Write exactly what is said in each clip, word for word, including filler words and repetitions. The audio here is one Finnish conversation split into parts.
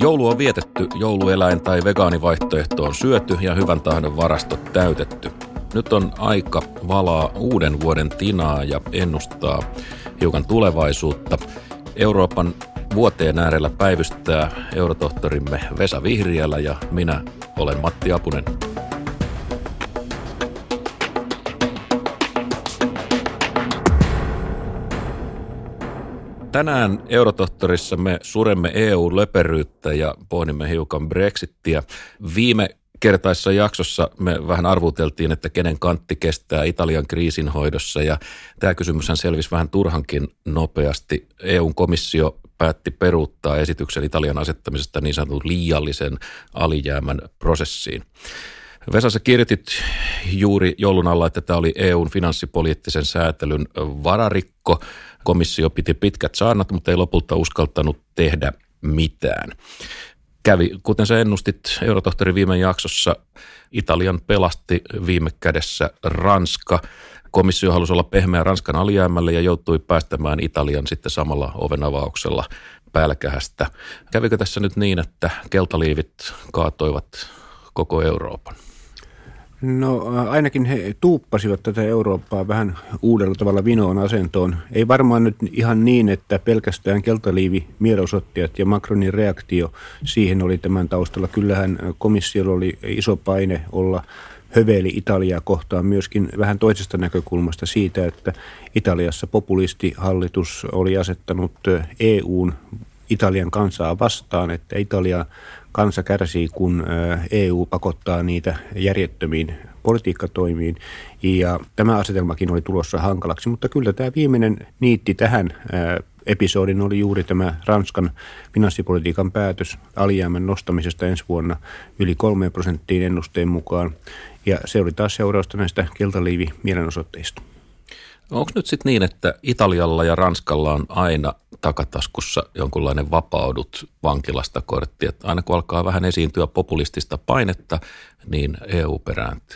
Joulu on vietetty, joulueläin tai vegaanivaihtoehto on syöty ja hyvän tahdon varastot täytetty. Nyt on aika valaa uuden vuoden tinaa ja ennustaa hiukan tulevaisuutta. Euroopan vuoteen äärellä päivystää eurotohtorimme Vesa Vihriälä ja minä olen Matti Apunen. Tänään Eurotohtorissa me suremme E U-löperyyttä ja pohdimme hiukan Brexittiä. Viime kertaisessa jaksossa me vähän arvuteltiin, että kenen kantti kestää Italian kriisinhoidossa, ja tämä kysymyshän selvisi vähän turhankin nopeasti. E U-komissio päätti peruuttaa esityksen Italian asettamisesta niin sanotun liiallisen alijäämän prosessiin. Vesa, sä kirjoitit juuri joulun alla, että tämä oli E U:n finanssipoliittisen säätelyn vararikko. Komissio piti pitkät saarnat, mutta ei lopulta uskaltanut tehdä mitään. Kävi, kuten sä ennustit Eurotohtori viime jaksossa, Italian pelasti viime kädessä Ranska. Komissio halusi olla pehmeä Ranskan alijäämälle ja joutui päästämään Italian sitten samalla ovenavauksella pälkähästä. Kävikö tässä nyt niin, että keltaliivit kaatoivat koko Euroopan? No ainakin he tuuppasivat tätä Eurooppaa vähän uudella tavalla vinoon asentoon. Ei varmaan nyt ihan niin, että pelkästään keltaliivi mielenosoittajat ja Macronin reaktio siihen oli tämän taustalla. Kyllähän komissiolla oli iso paine olla höveli Italiaa kohtaan myöskin vähän toisesta näkökulmasta siitä, että Italiassa populistihallitus oli asettanut E U:n Italian kansaa vastaan, että Italia kansa kärsii, kun E U pakottaa niitä järjettömiin politiikkatoimiin, ja tämä asetelmakin oli tulossa hankalaksi, mutta kyllä tämä viimeinen niitti tähän episodin oli juuri tämä Ranskan finanssipolitiikan päätös alijäämän nostamisesta ensi vuonna yli kolmeen prosenttiin ennusteen mukaan, ja se oli taas seurausta näistä keltaliivi-mielenosoitteista. Onko nyt sitten niin, että Italialla ja Ranskalla on aina takataskussa jonkunlainen vapaudut vankilasta kortti, että aina kun alkaa vähän esiintyä populistista painetta, niin E U perääntyy?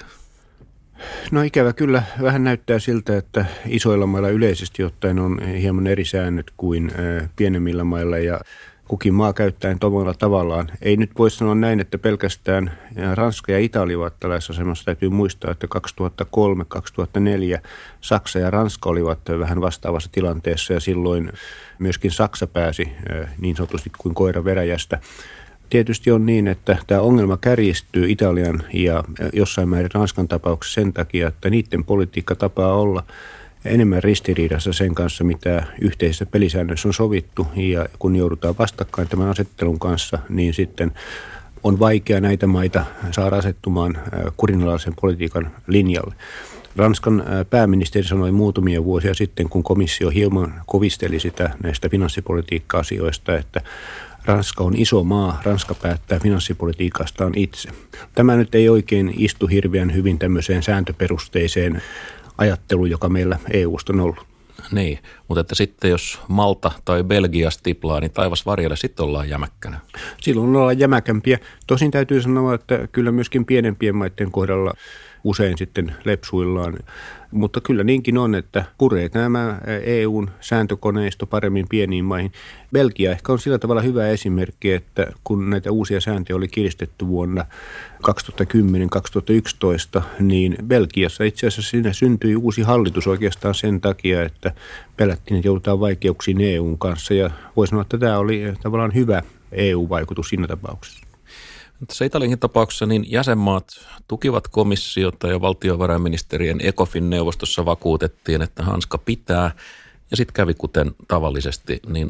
No ikävä kyllä vähän näyttää siltä, että isoilla mailla yleisesti ottaen on hieman eri säännöt kuin pienemmillä mailla, ja kukin maa käyttäen tomalla tavallaan. Ei nyt voi sanoa näin, että pelkästään Ranska ja Italia ovat tällaisessa asemassa. Täytyy muistaa, että kaksituhattakolme kaksituhattaneljä Saksa ja Ranska olivat vähän vastaavassa tilanteessa, ja silloin myöskin Saksa pääsi niin sanotusti kuin koira veräjästä. Tietysti on niin, että tämä ongelma kärjistyy Italian ja jossain määrin Ranskan tapauksessa sen takia, että niiden politiikka tapaa olla enemmän ristiriidassa sen kanssa, mitä yhteisessä pelisäännössä on sovittu, ja kun joudutaan vastakkain tämän asettelun kanssa, niin sitten on vaikea näitä maita saada asettumaan kurinalaisen politiikan linjalle. Ranskan pääministeri sanoi muutamia vuosia sitten, kun komissio hieman kovisteli sitä näistä finanssipolitiikka-asioista, että Ranska on iso maa, Ranska päättää finanssipolitiikastaan itse. Tämä nyt ei oikein istu hirveän hyvin tämmöiseen sääntöperusteiseen ajattelu, joka meillä E U:sta on ollut. Niin, mutta että sitten jos Malta tai Belgia stiplaa, niin taivas varjelle sitten ollaan jämäkkänä. Silloin ollaan jämäkämpiä. Tosin täytyy sanoa, että kyllä myöskin pienempien maiden kohdalla usein sitten lepsuillaan. Mutta kyllä niinkin on, että puree nämä E U:n sääntökoneisto paremmin pieniin maihin. Belgia ehkä on sillä tavalla hyvä esimerkki, että kun näitä uusia sääntöjä oli kiristetty vuonna kaksituhattakymmenen kaksituhattayksitoista, niin Belgiassa itse asiassa siinä syntyi uusi hallitus oikeastaan sen takia, että pelättiin, että joudutaan vaikeuksiin E U:n kanssa. Ja voi sanoa, että tämä oli tavallaan hyvä E U-vaikutus siinä tapauksessa. Tässä Italiankin tapauksessa niin jäsenmaat tukivat komissiota ja valtiovarainministerien ECOFIN-neuvostossa vakuutettiin, että hanska pitää, ja sitten kävi kuten tavallisesti. Niin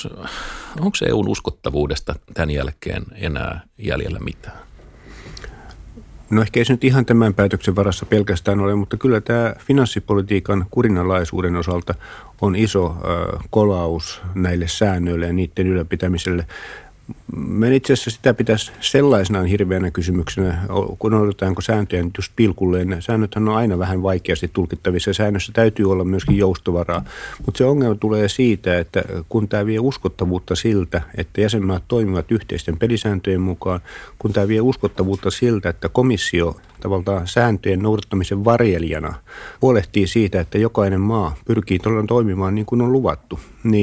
onko E U:n uskottavuudesta tämän jälkeen enää jäljellä mitään? No ehkä ei se nyt ihan tämän päätöksen varassa pelkästään ole, mutta kyllä tämä finanssipolitiikan kurinalaisuuden osalta on iso äh, kolaus näille säännöille ja niiden ylläpitämiselle. Mä itse asiassa sitä pitäisi sellaisenaan hirveänä kysymyksenä, kun odotetaanko sääntöjä nyt just pilkulleen. Säännöthän on aina vähän vaikeasti tulkittavissa ja säännössä täytyy olla myöskin joustovaraa. Mutta se ongelma tulee siitä, että kun tämä vie uskottavuutta siltä, että jäsenmaat toimivat yhteisten pelisääntöjen mukaan, kun tämä vie uskottavuutta siltä, että komissio tavallaan sääntöjen noudattamisen varjelijana huolehtii siitä, että jokainen maa pyrkii todella toimimaan niin kuin on luvattu, niin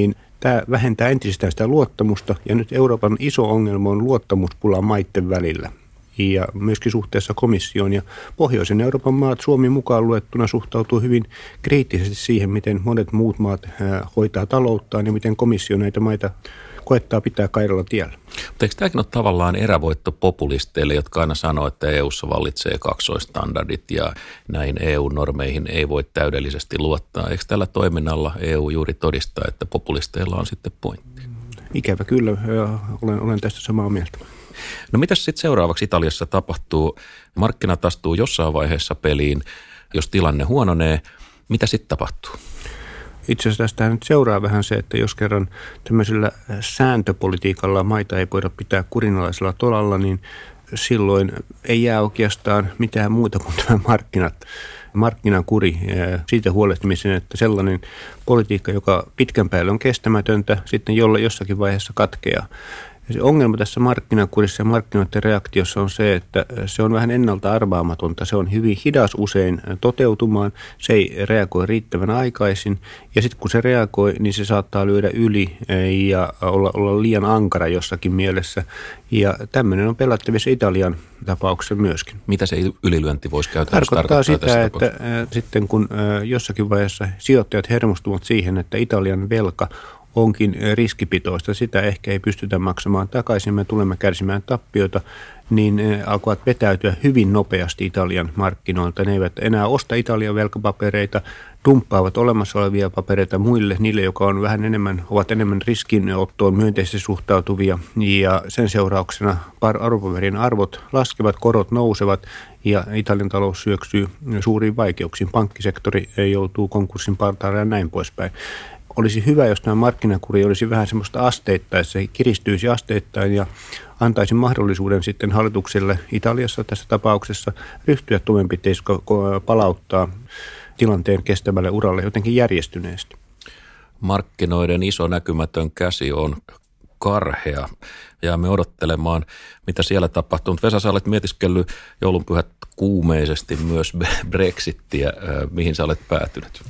Tämä vähentää entisestään sitä luottamusta ja nyt Euroopan iso ongelma on luottamuspula maiden välillä. Ja myöskin suhteessa komissioon ja pohjoisen Euroopan maat, Suomi mukaan luettuna, suhtautuu hyvin kriittisesti siihen, miten monet muut maat hoitaa talouttaan ja miten komissio näitä maita koettaa pitää kaidalla tiellä. Mutta eikö tämäkin ole tavallaan erävoitto populisteille, jotka aina sanoo, että E U:ssa vallitsee kaksoistandardit ja näihin E U-normeihin ei voi täydellisesti luottaa? Eikö tällä toiminnalla E U juuri todistaa, että populisteilla on sitten pointti? Ikävä kyllä, olen, olen tästä samaa mieltä. No mitäs sitten seuraavaksi Italiassa tapahtuu? Markkinat astuu jossain vaiheessa peliin, jos tilanne huononee. Mitä sitten tapahtuu? Itse asiassa tästä nyt seuraa vähän se, että jos kerran tämmöisellä sääntöpolitiikalla maita ei voida pitää kurinalaisella tolalla, niin silloin ei jää oikeastaan mitään muuta kuin tämä markkinat, markkinakuri. Siitä huolehtimisen, että sellainen politiikka, joka pitkän päälle on kestämätöntä, sitten jolla jossakin vaiheessa katkeaa. Ja se ongelma tässä markkinakurissa ja markkinoiden reaktiossa on se, että se on vähän ennalta arvaamatonta. Se on hyvin hidas usein toteutumaan, se ei reagoi riittävän aikaisin ja sitten kun se reagoi, niin se saattaa lyödä yli ja olla, olla liian ankara jossakin mielessä. Ja tämmöinen on pelättävissä Italian tapauksessa myöskin. Mitä se ylilyönti voisi käytännössä tarkoittaa? Sitä, että äh, sitten kun äh, jossakin vaiheessa sijoittajat hermostuvat siihen, että Italian velka onkin riskipitoista, sitä ehkä ei pystytä maksamaan takaisin, me tulemme kärsimään tappioita, niin alkavat vetäytyä hyvin nopeasti Italian markkinoilta. Ne eivät enää osta Italian velkapapereita, dumppaavat olemassa olevia papereita muille, niille, jotka on vähän enemmän, ovat enemmän riskinottoon myönteisesti suhtautuvia, ja sen seurauksena arvopaperien arvot laskevat, korot nousevat, ja Italian talous syöksyy suuriin vaikeuksiin. Pankkisektori joutuu konkurssin partaalle ja näin poispäin. Olisi hyvä, jos tämä markkinakuri olisi vähän semmoista asteittain, se kiristyisi asteittain ja antaisi mahdollisuuden sitten hallitukselle Italiassa tässä tapauksessa ryhtyä toimenpiteisiin, palauttaa tilanteen kestävälle uralle jotenkin järjestyneesti. Markkinoiden iso näkymätön käsi on karhea. Jäämme odottelemaan, mitä siellä tapahtuu. Mutta Vesa, sä olet mietiskellyt joulunpyhät kuumeisesti myös Brexittiä. Mihin sä olet päätynyt?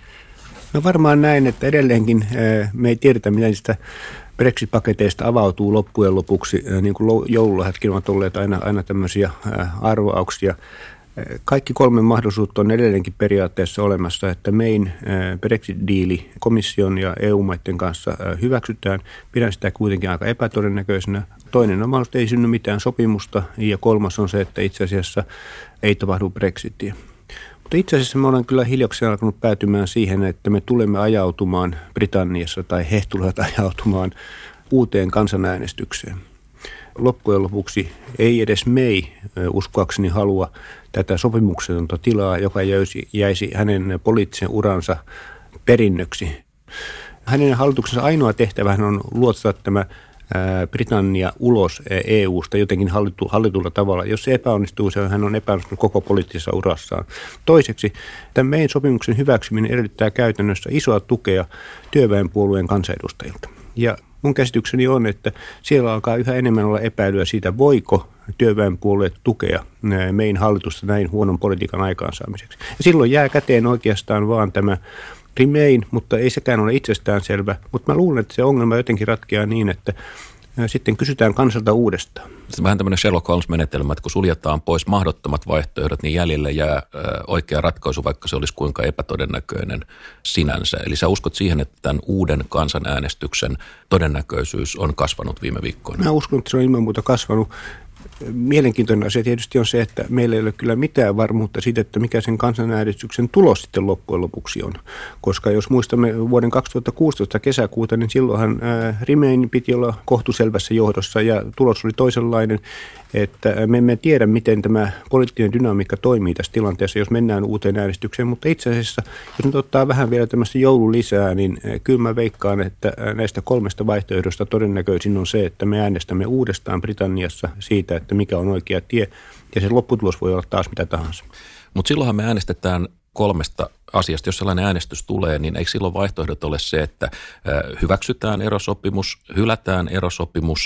No varmaan näin, että edelleenkin me ei tiedetä, mitä niistä Brexit-paketeista avautuu loppujen lopuksi. Niin kuin joululahjatkin ovat olleet aina, aina tämmöisiä arvauksia. Kaikki kolme mahdollisuutta on edelleenkin periaatteessa olemassa, että main Brexit-diili komission ja E U-maiden kanssa hyväksytään. Pidän sitä kuitenkin aika epätodennäköisenä. Toinen on mahdollista, ei synny mitään sopimusta ja kolmas on se, että itse asiassa ei tapahdu Brexitia. Mutta itse asiassa me olen kyllä hiljakseen alkanut päätymään siihen, että me tulemme ajautumaan Britanniassa tai he tulevat ajautumaan uuteen kansanäänestykseen. Loppujen lopuksi ei edes May uskoakseni halua tätä sopimuksetonta tilaa, joka jäisi, jäisi hänen poliittisen uransa perinnöksi. Hänen hallituksensa ainoa tehtävä on luotsata tämä Britannia ulos E U:sta jotenkin hallitu, hallitulla tavalla. Jos se epäonnistuu, se hän on epäonnistunut koko poliittisessa urassaan. Toiseksi, tämän meidän sopimuksen hyväksyminen edellyttää käytännössä isoa tukea työväenpuolueen kansanedustajilta. Ja mun käsitykseni on, että siellä alkaa yhä enemmän olla epäilyä siitä, voiko työväenpuolueet tukea meidän hallitusta näin huonon politiikan aikaansaamiseksi. Ja silloin jää käteen oikeastaan vaan tämä Remain, mutta ei sekään ole itsestäänselvä. Mutta mä luulen, että se ongelma jotenkin ratkeaa niin, että sitten kysytään kansalta uudestaan. Sitten vähän tämmöinen Sherlock Holmes-menetelmä, että kun suljetaan pois mahdottomat vaihtoehdot, niin jäljelle jää oikea ratkaisu, vaikka se olisi kuinka epätodennäköinen sinänsä. Eli sä uskot siihen, että tämän uuden kansanäänestyksen todennäköisyys on kasvanut viime viikkoina? Mä uskon, että se on ilman muuta kasvanut. Mielenkiintoinen asia tietysti on se, että meillä ei ole kyllä mitään varmuutta siitä, että mikä sen kansanäänestyksen tulos sitten loppujen lopuksi on. Koska jos muistamme vuoden kaksituhattakuusitoista kesäkuuta, niin silloinhan Remain piti olla kohtuselvässä johdossa ja tulos oli toisenlainen. Että me emme tiedä, miten tämä poliittinen dynamiikka toimii tässä tilanteessa, jos mennään uuteen äänestykseen. Mutta itse asiassa, jos nyt ottaa vähän vielä tämmöistä joululisää, niin kyllä mä veikkaan, että näistä kolmesta vaihtoehdosta todennäköisin on se, että me äänestämme uudestaan Britanniassa siitä, että mikä on oikea tie. Ja se lopputulos voi olla taas mitä tahansa. Mutta silloinhan me äänestetään kolmesta asiasta. Jos sellainen äänestys tulee, niin eikö silloin vaihtoehdot ole se, että hyväksytään erosopimus, hylätään erosopimus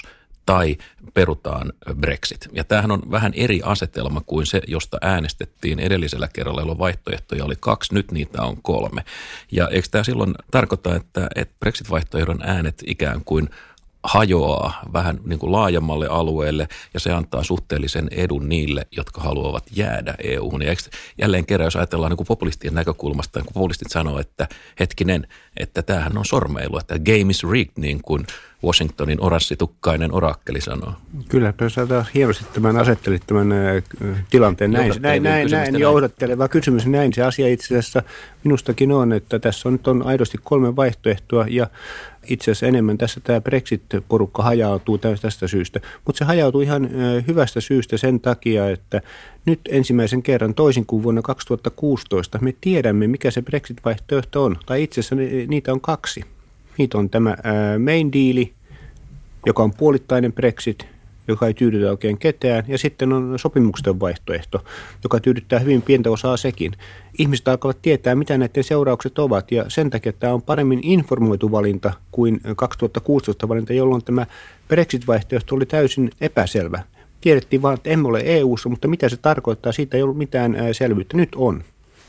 tai perutaan Brexit. Ja tämähän on vähän eri asetelma kuin se, josta äänestettiin edellisellä kerralla, jolloin vaihtoehtoja oli kaksi, nyt niitä on kolme. Ja eikö tämä silloin tarkoita, että, että Brexit-vaihtoehdon äänet ikään kuin hajoaa vähän niin kuin laajemmalle alueelle ja se antaa suhteellisen edun niille, jotka haluavat jäädä E U:hun. Ja jälleen kerran, jos ajatellaan niin kuin populistien näkökulmasta, kun populistit sanoo, että hetkinen, että tämähän on sormeilu, että game is rigged, niin kuin Washingtonin oranssitukkainen orakkeli sanoo. Kyllä, sä hienosti tämän asettelit tämän tilanteen näin, näin, näin, näin johdatteleva kysymys. Näin se asia itse asiassa minustakin on, että tässä on nyt on aidosti kolme vaihtoehtoa ja itse asiassa enemmän tässä tämä Brexit-porukka hajautuu tästä syystä, mutta se hajautuu ihan hyvästä syystä sen takia, että nyt ensimmäisen kerran toisin kuin vuonna kaksituhattakuusitoista me tiedämme, mikä se Brexit-vaihtoehto on, tai itse asiassa niitä on kaksi. Niitä on tämä main deali, joka on puolittainen Brexit, joka ei tyydytä oikein ketään, ja sitten on sopimuksen vaihtoehto, joka tyydyttää hyvin pientä osaa sekin. Ihmiset alkavat tietää, mitä näiden seuraukset ovat, ja sen takia tämä on paremmin informoitu valinta kuin kaksituhattakuusitoista valinta, jolloin tämä Brexit-vaihtoehto oli täysin epäselvä. Tiedettiin vaan, että emme ole E U:ssa, mutta mitä se tarkoittaa, siitä ei ollut mitään selvyyttä. Nyt on.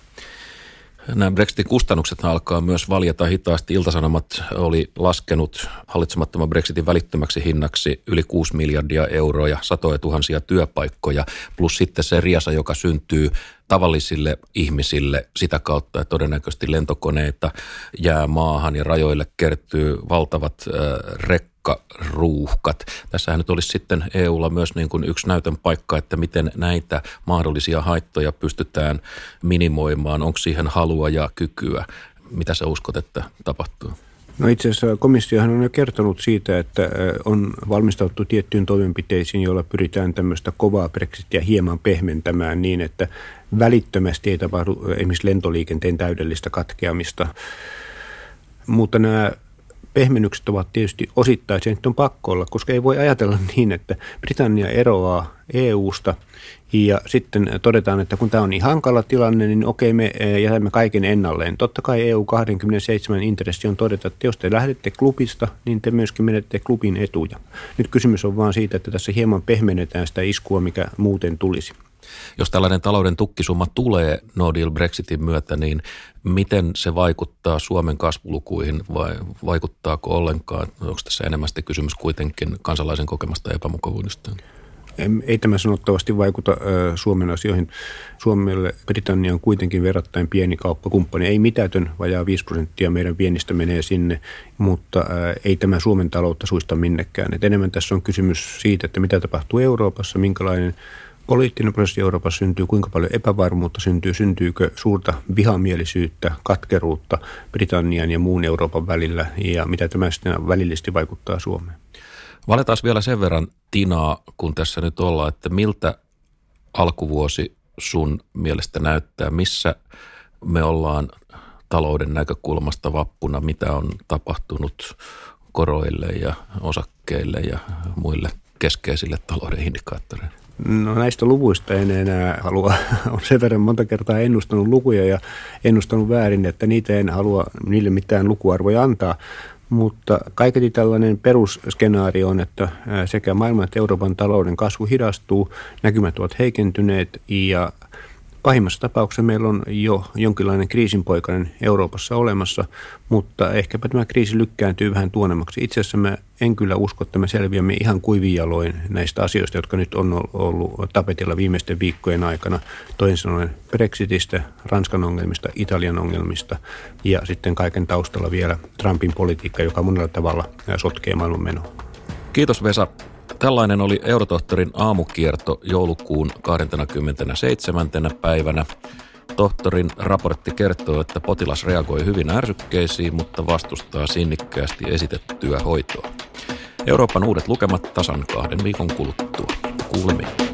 Nämä Brexitin kustannukset alkaa myös valjeta hitaasti. Ilta-Sanomat oli laskenut hallitsemattoman Brexitin välittömäksi hinnaksi yli kuusi miljardia euroa ja satoja tuhansia työpaikkoja, plus sitten se riasa, joka syntyy tavallisille ihmisille sitä kautta, että todennäköisesti lentokoneita jää maahan ja rajoille kertyy valtavat äh, rekkaruuhkat. Tässähän nyt olisi sitten E U:lla myös niin kuin yksi näytön paikka, että miten näitä mahdollisia haittoja pystytään minimoimaan. Onko siihen halua ja kykyä? Mitä sä uskot, että tapahtuu? No itse asiassa komissiohan on jo kertonut siitä, että on valmistauduttu tiettyyn toimenpiteisiin, joilla pyritään tämmöistä kovaa Brexitia hieman pehmentämään niin, että välittömästi ei tapahdu esimerkiksi lentoliikenteen täydellistä katkeamista. Mutta nämä pehmennykset ovat tietysti osittain, se nyt on pakko olla, koska ei voi ajatella niin, että Britannia eroaa E U:sta ja sitten todetaan, että kun tämä on niin hankala tilanne, niin okei, me jätämme kaiken ennalleen. Totta kai E U kaksikymmentäseitsemän intressi on todeta, että jos te lähdette klubista, niin te myöskin menette klubin etuja. Nyt kysymys on vaan siitä, että tässä hieman pehmennetään sitä iskua, mikä muuten tulisi. Jos tällainen talouden tukkisumma tulee no deal Brexitin myötä, niin miten se vaikuttaa Suomen kasvulukuihin vai vaikuttaako ollenkaan? Onko tässä enemmän sitten kysymys kuitenkin kansalaisen kokemasta epämukavuudesta? Ei tämä sanottavasti vaikuta Suomen asioihin. Suomelle Britannia on kuitenkin verrattain pieni kauppakumppani. Ei mitätön, vajaa viisi prosenttia meidän viennistä menee sinne, mutta ei tämä Suomen taloutta suista minnekään. Et enemmän tässä on kysymys siitä, että mitä tapahtuu Euroopassa, minkälainen poliittinen prosessi Euroopassa syntyy, kuinka paljon epävarmuutta syntyy, syntyykö suurta vihamielisyyttä, katkeruutta Britannian ja muun Euroopan välillä ja mitä tämä sitten välillisesti vaikuttaa Suomeen. Valetaan vielä sen verran Tinaa, kun tässä nyt ollaan, että miltä alkuvuosi sun mielestä näyttää, missä me ollaan talouden näkökulmasta vappuna, mitä on tapahtunut koroille ja osakkeille ja muille keskeisille talouden indikaattoreille? No näistä luvuista en enää halua, on sen verran monta kertaa ennustanut lukuja ja ennustanut väärin, että niitä en halua niille mitään lukuarvoja antaa. Mutta kaiketi tällainen perusskenaario on, että sekä maailman että Euroopan talouden kasvu hidastuu, näkymät ovat heikentyneet ja pahimmassa tapauksessa meillä on jo jonkinlainen kriisinpoikainen Euroopassa olemassa, mutta ehkäpä tämä kriisi lykkääntyy vähän tuonemmaksi. Itse asiassa mä en kyllä usko, että me selviämme ihan kuivin jaloin näistä asioista, jotka nyt on ollut tapetilla viimeisten viikkojen aikana. Toisin sanoen Brexitistä, Ranskan ongelmista, Italian ongelmista ja sitten kaiken taustalla vielä Trumpin politiikka, joka monella tavalla sotkee maailman menoa. Kiitos Vesa. Tällainen oli Eurotohtorin aamukierto joulukuun kahdeskymmenesseitsemäs päivänä. Tohtorin raportti kertoo, että potilas reagoi hyvin ärsykkeisiin, mutta vastustaa sinnikkäästi esitettyä hoitoa. Euroopan uudet lukemat tasan kahden viikon kuluttua. Kuulemiin.